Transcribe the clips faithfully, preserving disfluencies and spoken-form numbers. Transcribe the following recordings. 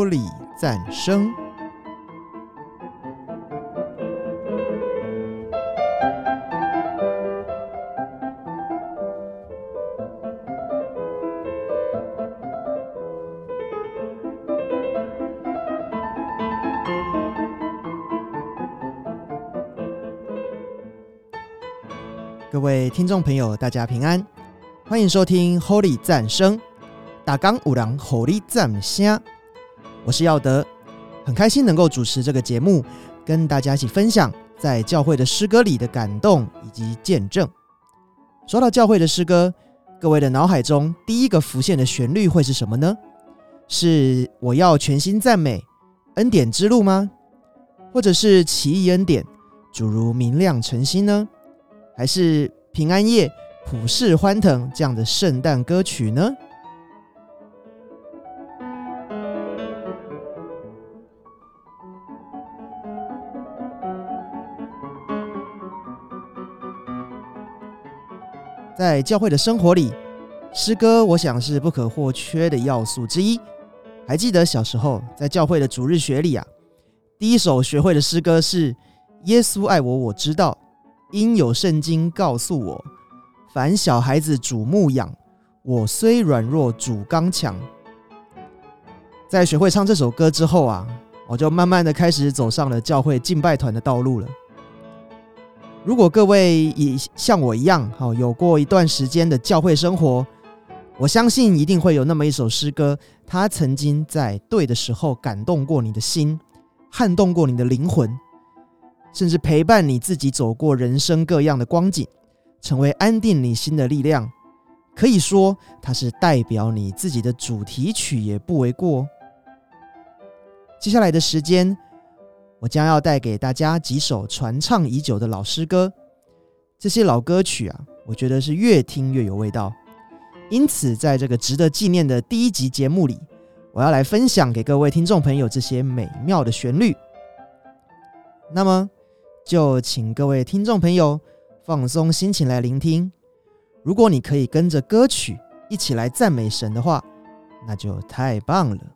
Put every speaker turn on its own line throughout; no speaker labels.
Holy 赞声。各位听众朋友大家平安，欢迎收听 Holy 赞声，大家有人 Holy 赞声。我是耀德，很开心能够主持这个节目，跟大家一起分享在教会的诗歌里的感动以及见证。说到教会的诗歌，各位的脑海中第一个浮现的旋律会是什么呢？是我要全心赞美恩典之路吗？或者是奇异恩典主如明亮晨星呢？还是平安夜普世欢腾这样的圣诞歌曲呢？在教会的生活里，诗歌我想是不可或缺的要素之一。还记得小时候在教会的主日学里啊，第一首学会的诗歌是耶稣爱我我知道，因有圣经告诉我，凡小孩子主牧养，我虽软弱主刚强。在学会唱这首歌之后啊，我就慢慢的开始走上了教会敬拜团的道路了。如果各位也像我一样有过一段时间的教会生活，我相信一定会有那么一首诗歌，它曾经在对的时候感动过你的心，撼动过你的灵魂，甚至陪伴你自己走过人生各样的光景，成为安定你心的力量。可以说它是代表你自己的主题曲也不为过。接下来的时间，我将要带给大家几首传唱已久的老诗歌。这些老歌曲啊，我觉得是越听越有味道。因此在这个值得纪念的第一集节目里，我要来分享给各位听众朋友这些美妙的旋律。那么就请各位听众朋友放松心情来聆听。如果你可以跟着歌曲一起来赞美神的话，那就太棒了。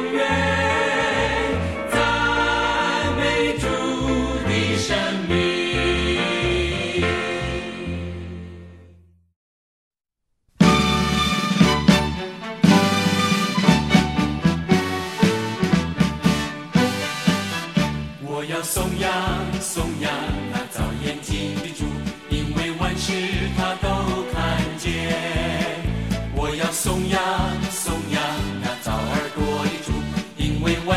生命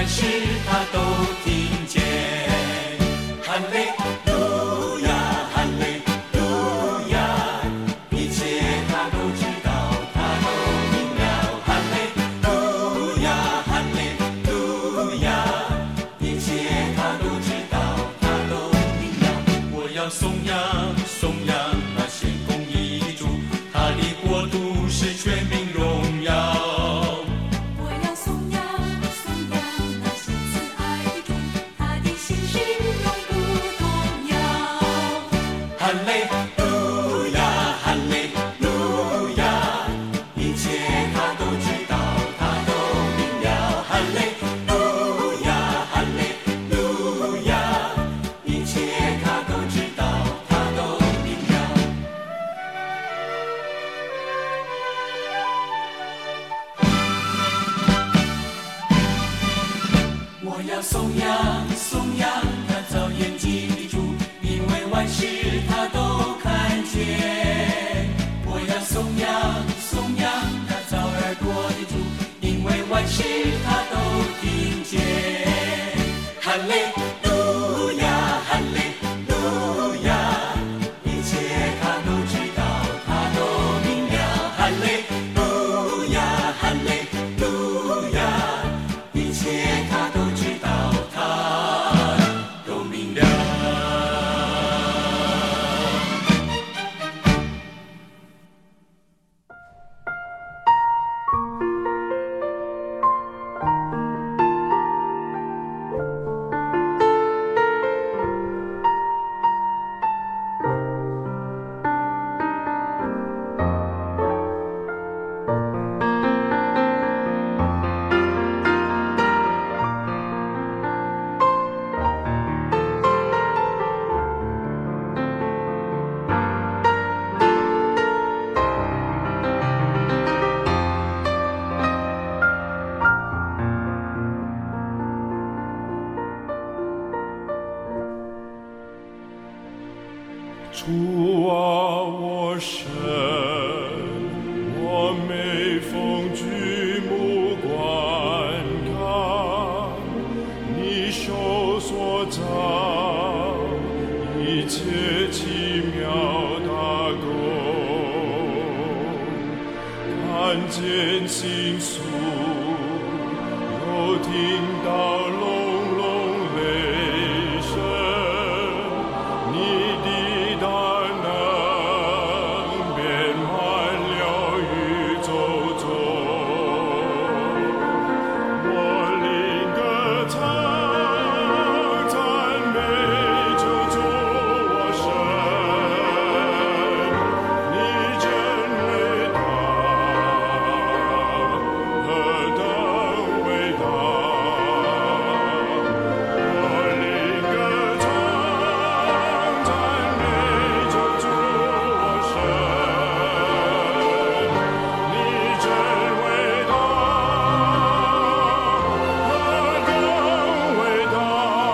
万事他都听见。哈利路亚，哈利路亚，一切他都知道，他都明了。哈利路亚，哈利路亚，一切他都知道，他都明了。我要颂扬颂扬那显公义的主，他的国度是全民荣耀。
我要颂扬颂扬那是慈爱的主，他的信实永不动摇。
哈利路亚，哈利路亚，一切他都知道，他都明了。哈利路亚，哈利路亚，一切他都知道，他都明了。我要颂扬颂扬那造眼睛的主，因为万事他都看见。我要颂扬颂扬那造耳朵的主，因为万事他都听见。哈利路亚，哈利路亚，一切他都知道，他都明了。哈利路亚，哈利路亚，一切他都知道，他都明了。
主啊，我神，我每逢举目观看，你手所造一切奇妙大工，看见星宿，又听到隆隆雷声，你的大能遍满了宇宙中，我灵歌唱，赞美救主我神，你真伟大，何等伟大！我灵歌唱，赞美救主我神，你真伟大，何等伟大！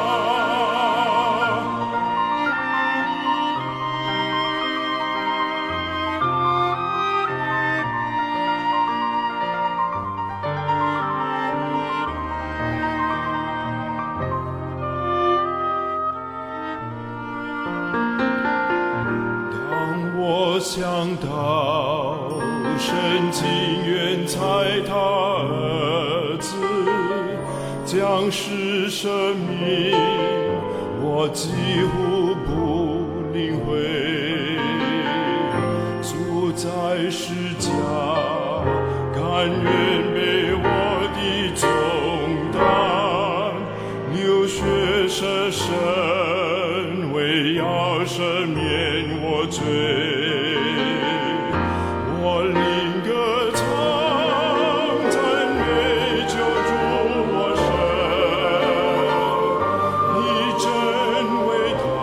当我想到神情愿猜他儿子将是生命，我几乎不领会。主在世家，甘愿背我的重担，流血舍身，为要赦免我罪。我灵歌唱，赞美救主我神，你真伟大，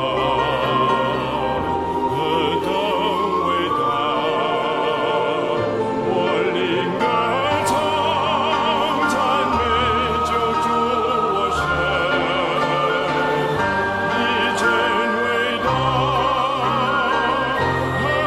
何等伟大！我灵歌唱，赞美救主我神，你真伟大。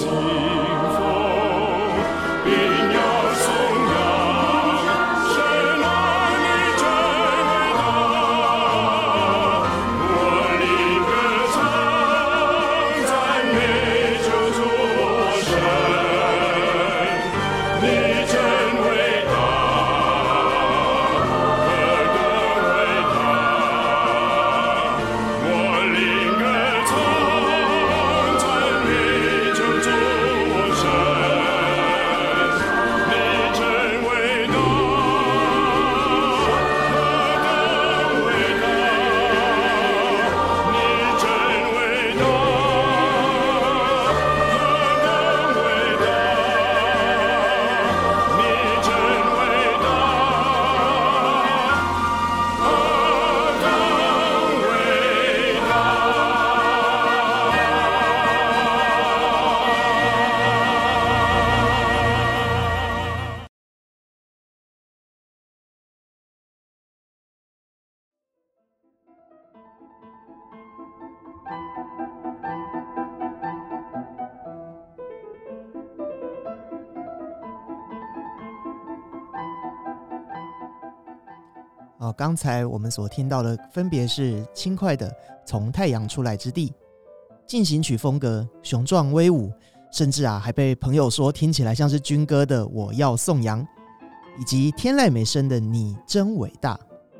哦，刚才我们所听到的分别是轻快的《从太阳出来之地》，进行曲风格雄壮威武，甚至啊还被朋友说听起来像是军歌的《我要颂扬》，以及天籁美声的《你真伟大》。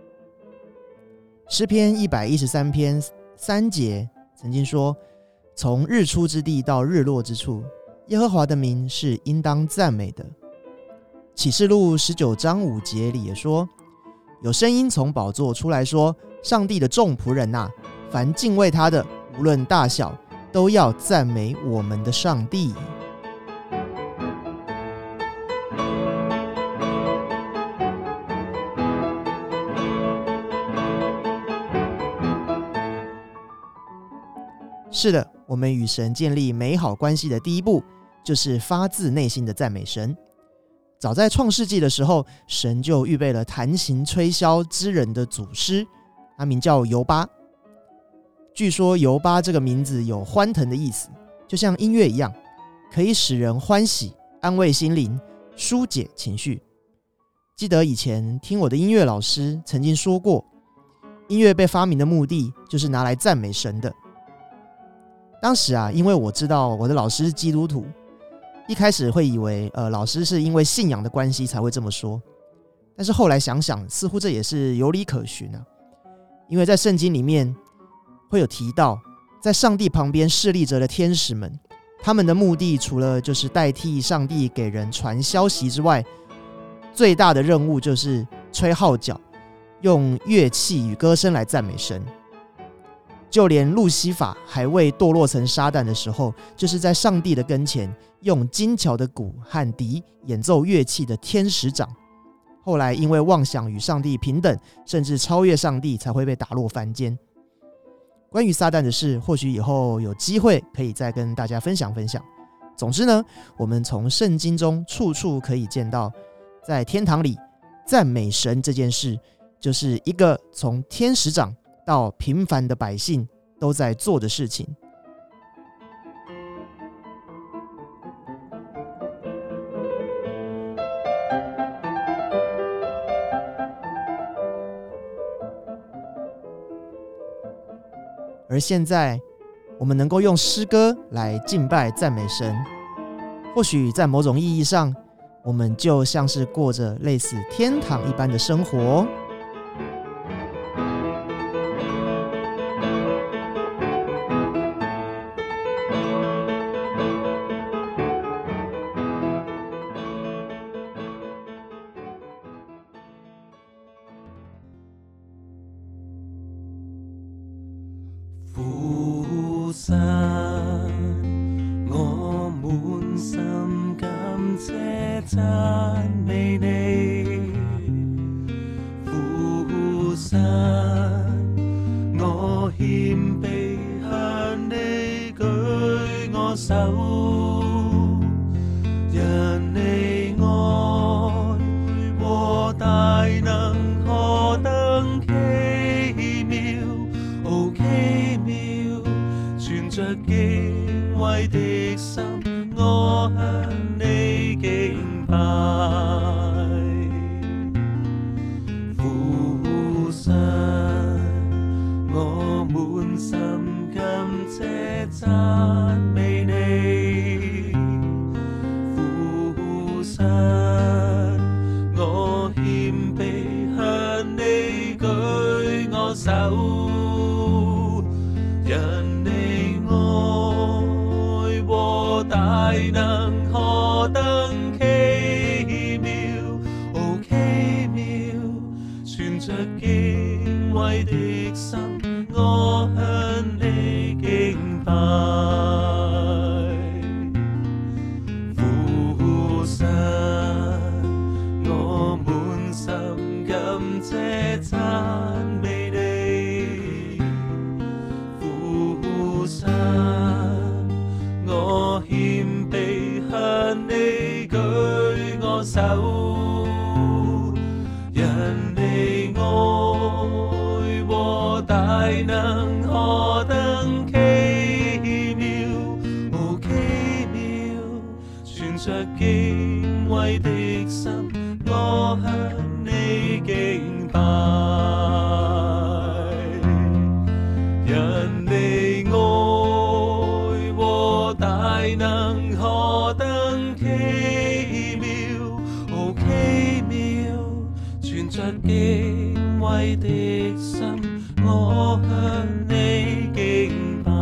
诗篇一百一十三篇三节曾经说，从日出之地到日落之处，耶和华的名是应当赞美的。启示录十九章五节里也说，有声音从宝座出来说，上帝的众仆人啊，凡敬畏他的，无论大小，都要赞美我们的上帝。是的，我们与神建立美好关系的第一步，就是发自内心的赞美神。早在创世纪的时候，神就预备了弹琴吹箫之人的祖师，他名叫尤巴。据说尤巴这个名字有欢腾的意思，就像音乐一样，可以使人欢喜，安慰心灵，疏解情绪。记得以前听我的音乐老师曾经说过，音乐被发明的目的就是拿来赞美神的。当时啊，因为我知道我的老师是基督徒，一开始会以为呃，老师是因为信仰的关系才会这么说，但是后来想想，似乎这也是有理可循啊。因为在圣经里面会有提到，在上帝旁边侍立着的天使们，他们的目的除了就是代替上帝给人传消息之外，最大的任务就是吹号角，用乐器与歌声来赞美神。就连路西法还未堕落成撒旦的时候，就是在上帝的跟前用精巧的鼓和笛演奏乐器的天使长，后来因为妄想与上帝平等，甚至超越上帝，才会被打落凡间。关于撒旦的事，或许以后有机会可以再跟大家分享分享。总之呢，我们从圣经中处处可以见到，在天堂里赞美神这件事，就是一个从天使长到平凡的百姓都在做的事情。而现在我们能够用诗歌来敬拜赞美神，或许在某种意义上，我们就像是过着类似天堂一般的生活哦。
父神，我滿心感謝讚美你。父神，我謙卑向你舉我手，因你愛和大能何等奇妙，哦奇妙，存着敬畏的心，我我向你敬拜。父神，我滿心感謝讚美你。父神，我謙卑向你舉我手。人你愛和大能何等奇妙，哦奇妙，存着敬畏的心，我向你敬拜。父神，我滿心感謝讚美你。父神，我謙卑向你舉我手。人你愛和大能何等奇妙，哦奇妙，存着敬畏的心，我向你敬拜。人你愛和大能何等奇妙，哦奇妙，存着敬畏的心，我向你敬拜。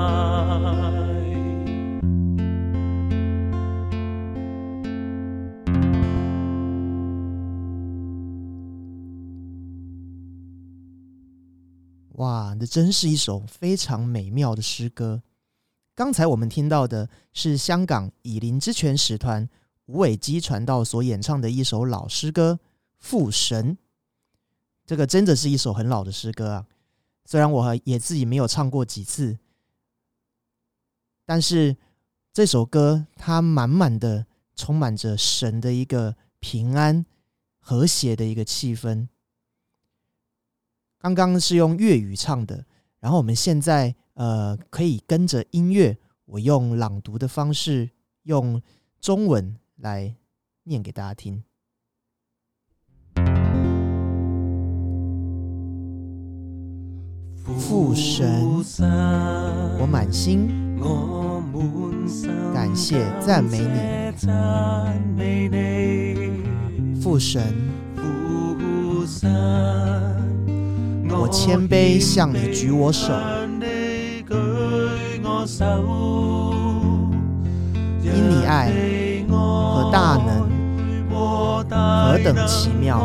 哇，这真是一首非常美妙的诗歌。刚才我们听到的是香港以林之泉使团吴伟基传道所演唱的一首老诗歌《父神》。这个真的是一首很老的诗歌啊，虽然我也自己没有唱过几次，但是这首歌它满满的充满着神的一个平安和谐的一个气氛。刚刚是用粤语唱的，然后我们现在呃可以跟着音乐，我用朗读的方式，用中文来念给大家听。父神，我满心感谢赞美你。父神，我谦卑向你举我手，因你爱和大能何等奇妙，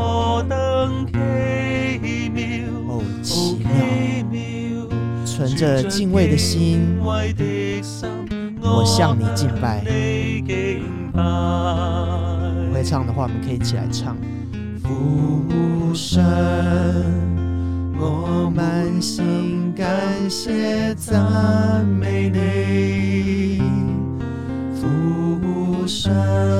哦奇妙，存着敬畏的心，我向你敬拜。不会唱的话，我们可以一起来唱。父神，我满心感谢赞美你。父神，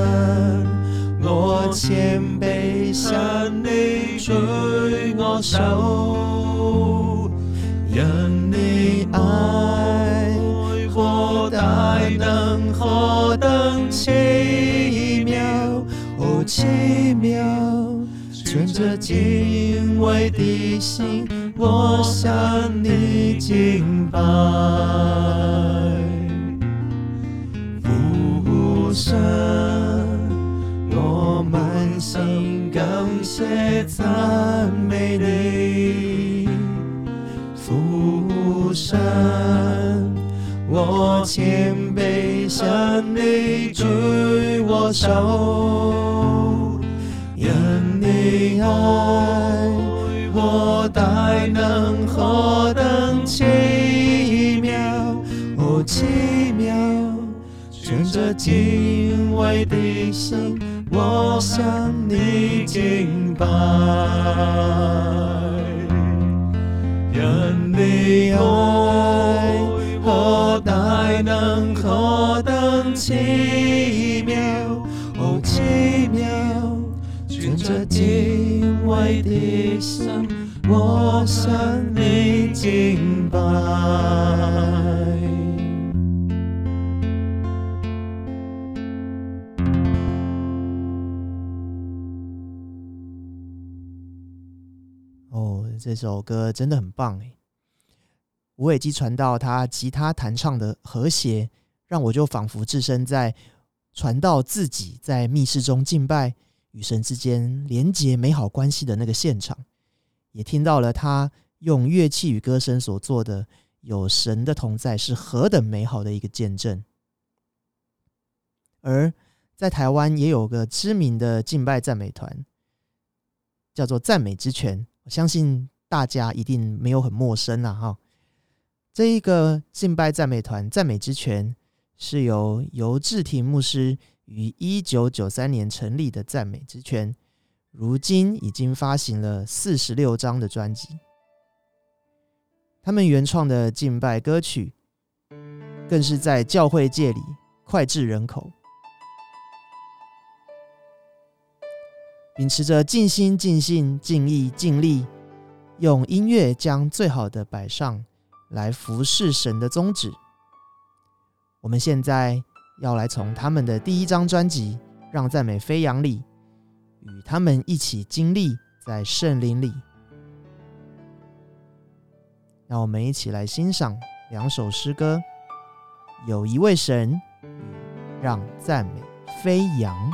我谦卑向你舉我手，因你愛和大能何等奇妙，哦奇妙，存着敬畏的心，我向你敬拜。父神，我滿心感謝讚美你。父神，我謙卑向你舉我手，因你愛和大能何等奇妙，哦奇妙，存着敬畏的心，我向你敬拜。因你愛和大能何等奇妙，哦奇妙，存着敬畏的心，我向你敬拜。 这首歌真的很棒诶。无尾鸡传道他吉他弹唱的和谐，让我就仿佛置身在传道自己在密室中敬拜，与神之间连结美好关系的那个现场，也听到了他用乐器与歌声所做的有神的同在是何等美好的一个见证。而在台湾也有个知名的敬拜赞美团，叫做赞美之泉，我相信大家一定没有很陌生啦哈。这一个敬拜赞美团赞美之泉是由游志廷牧师于一九九三年成立的赞美之泉，如今已经发行了四十六张的专辑。他们原创的敬拜歌曲更是在教会界里脍炙人口，秉持着尽心尽性尽意尽力，用音乐将最好的摆上来服侍神的宗旨。我们现在要来从他们的第一张专辑《让赞美飞扬》里，与他们一起经历在圣灵里。让我们一起来欣赏两首诗歌，有一位神与让赞美飞扬。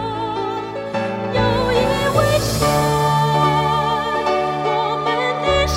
有一位神，我们的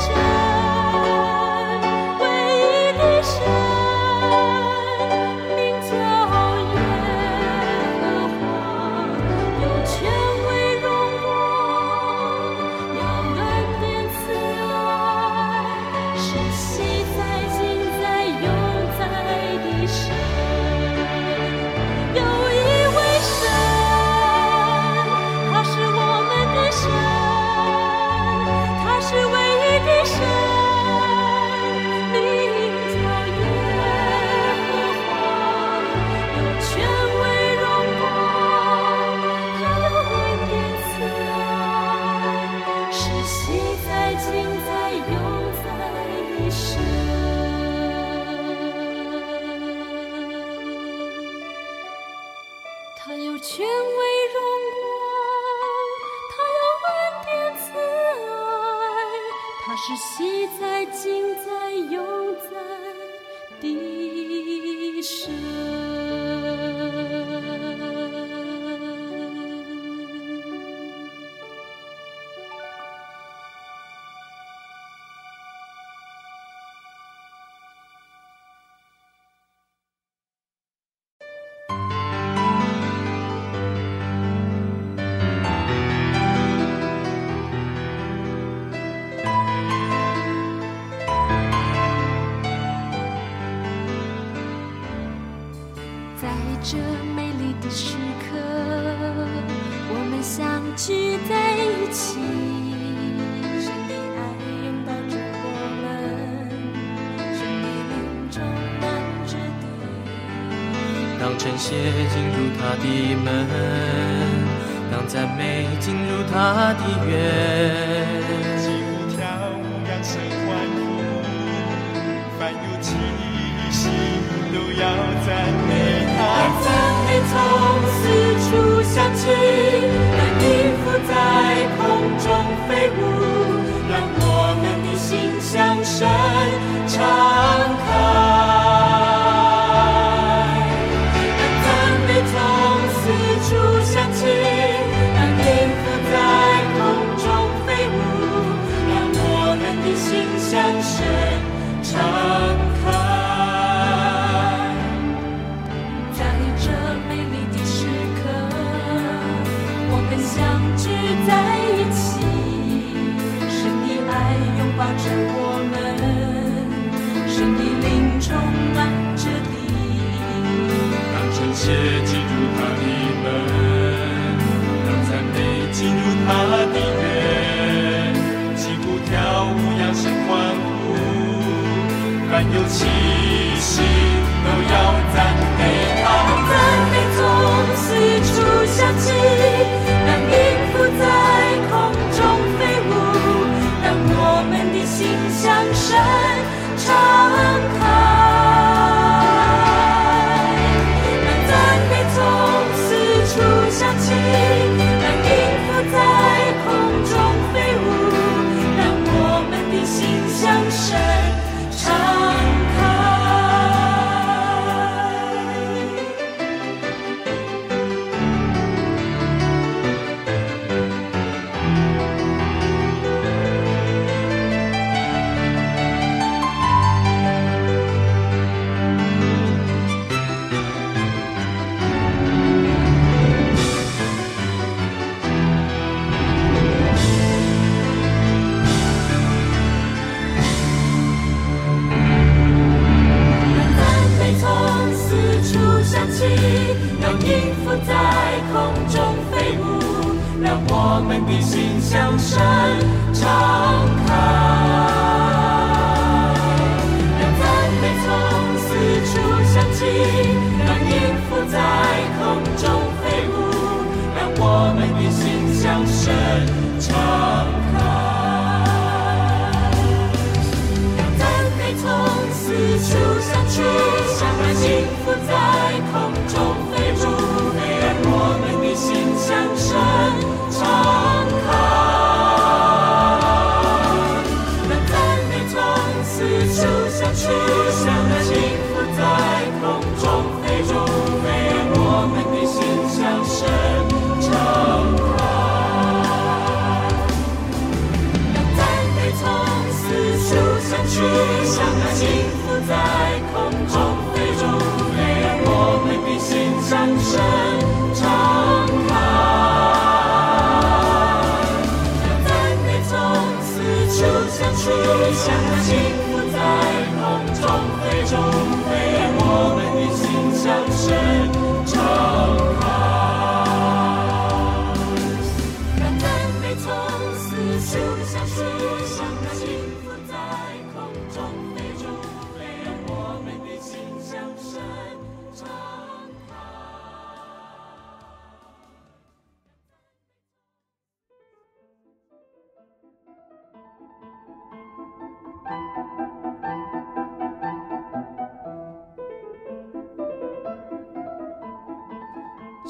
他有权威荣光，他有恩典慈爱，他是昔在今在永在的神。在这美丽的时刻，我们相聚在一起，神的爱拥抱着我们，神的灵充满着地。
当晨曦进入他的门，当赞美进入他的园，
起舞跳舞，扬声欢呼，凡有气息都要赞美他。
赞美从四处响起，让音符在空中飞舞，让我们的心向神敞开。让赞美从四处响起，让音符在空中飞舞，让我们的心向神敞开。在一起，神的爱拥抱着我们，神的灵充满着地。
让晨曦进入他的门，让赞美进入他的园，起舞跳舞，扬声欢呼，凡有气息都要赞美他。
赞美从四处响起，让音符在空中飞舞，让我们的心向神敞开。让赞美从四处响起，让音符在空中飞舞，让我们的心向神敞开。让音符在空中飞舞，让我们的心向神敞开。让赞美从四处响起，让音符在空中飞舞，让我们的心向神敞开。让赞美从四处响起，让音符在空中飞舞，让我们的心向神敞开。让赞美从四处响起，让音符在空中飞舞，让我们的心向神敞开。让赞美从四处响起，让音符在空中飞舞，让我们的心向神敞开。让赞美从四处响起，让音符在空中飞舞，让我们的心向神敞开。让赞美从四处响起，让音符在空中飞舞，让我们的心向神敞开。
我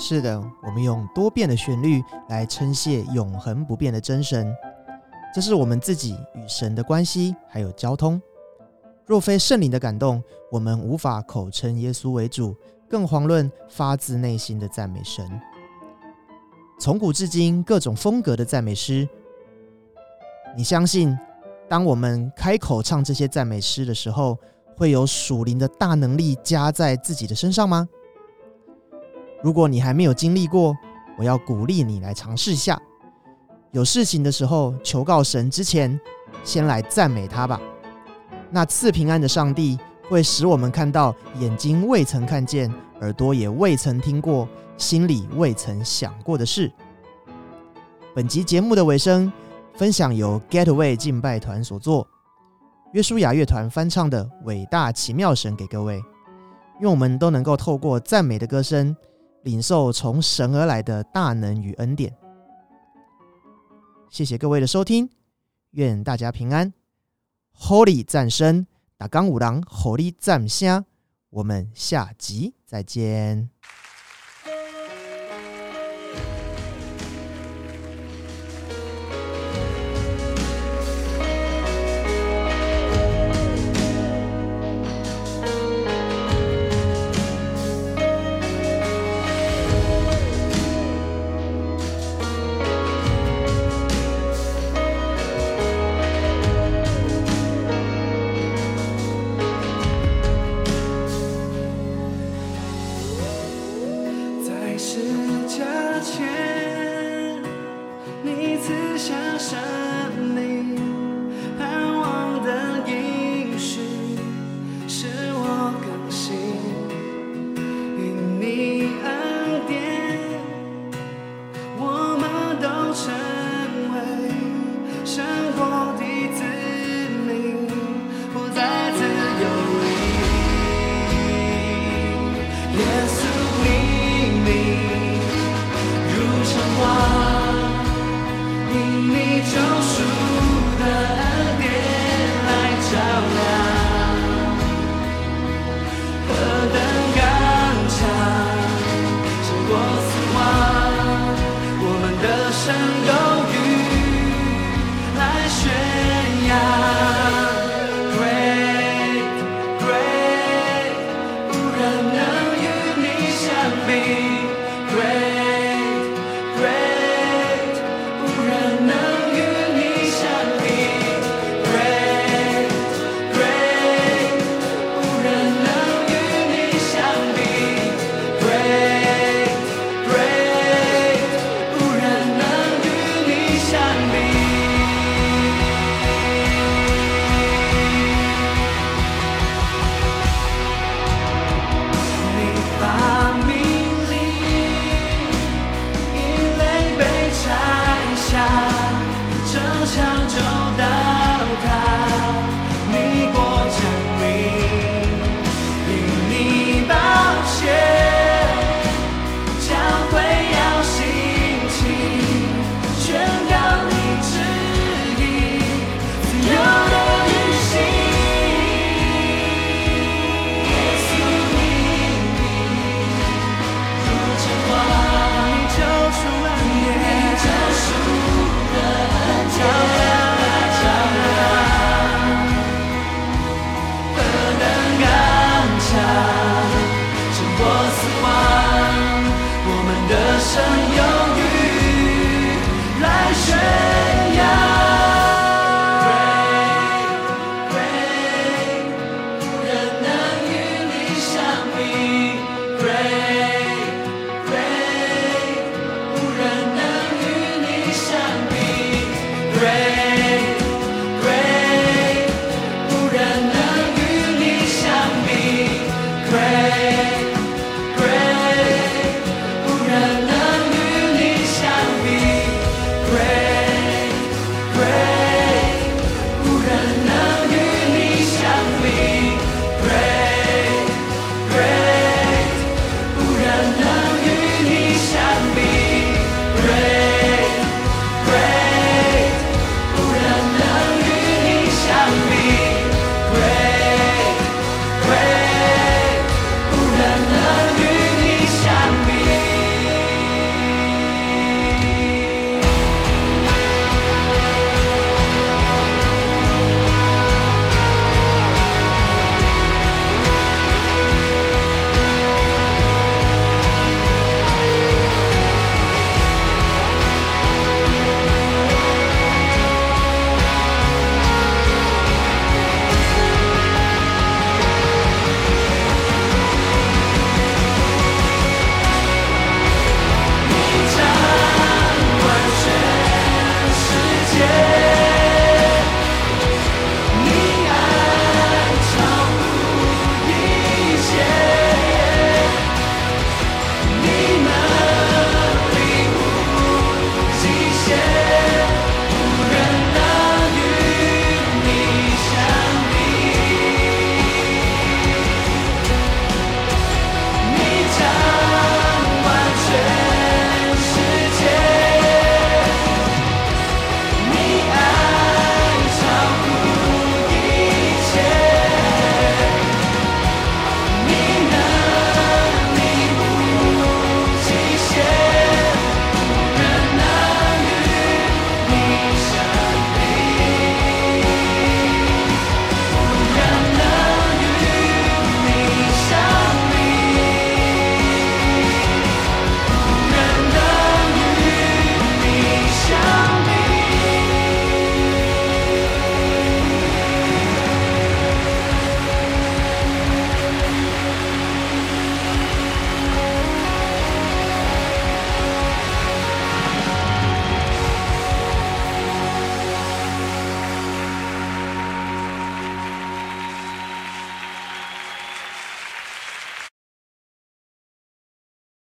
是的，我们用多变的旋律来称谢永恒不变的真神，这是我们自己与神的关系还有交通。若非圣灵的感动，我们无法口称耶稣为主，更遑论发自内心的赞美神。从古至今各种风格的赞美诗，你相信当我们开口唱这些赞美诗的时候，会有属灵的大能力加在自己的身上吗？如果你还没有经历过，我要鼓励你来尝试一下。有事情的时候求告神之前，先来赞美他吧。那赐平安的上帝会使我们看到眼睛未曾看见，耳朵也未曾听过，心里未曾想过的事。本集节目的尾声，分享由 Getaway 敬拜团所作，约书亚乐团翻唱的《伟大奇妙神》给各位，愿我们都能够透过赞美的歌声，领受从神而来的大能与恩典。谢谢各位的收听，愿大家平安。Holy 赞声，大港有人 Holy 赞声，我们下集再见。
神有雨来宣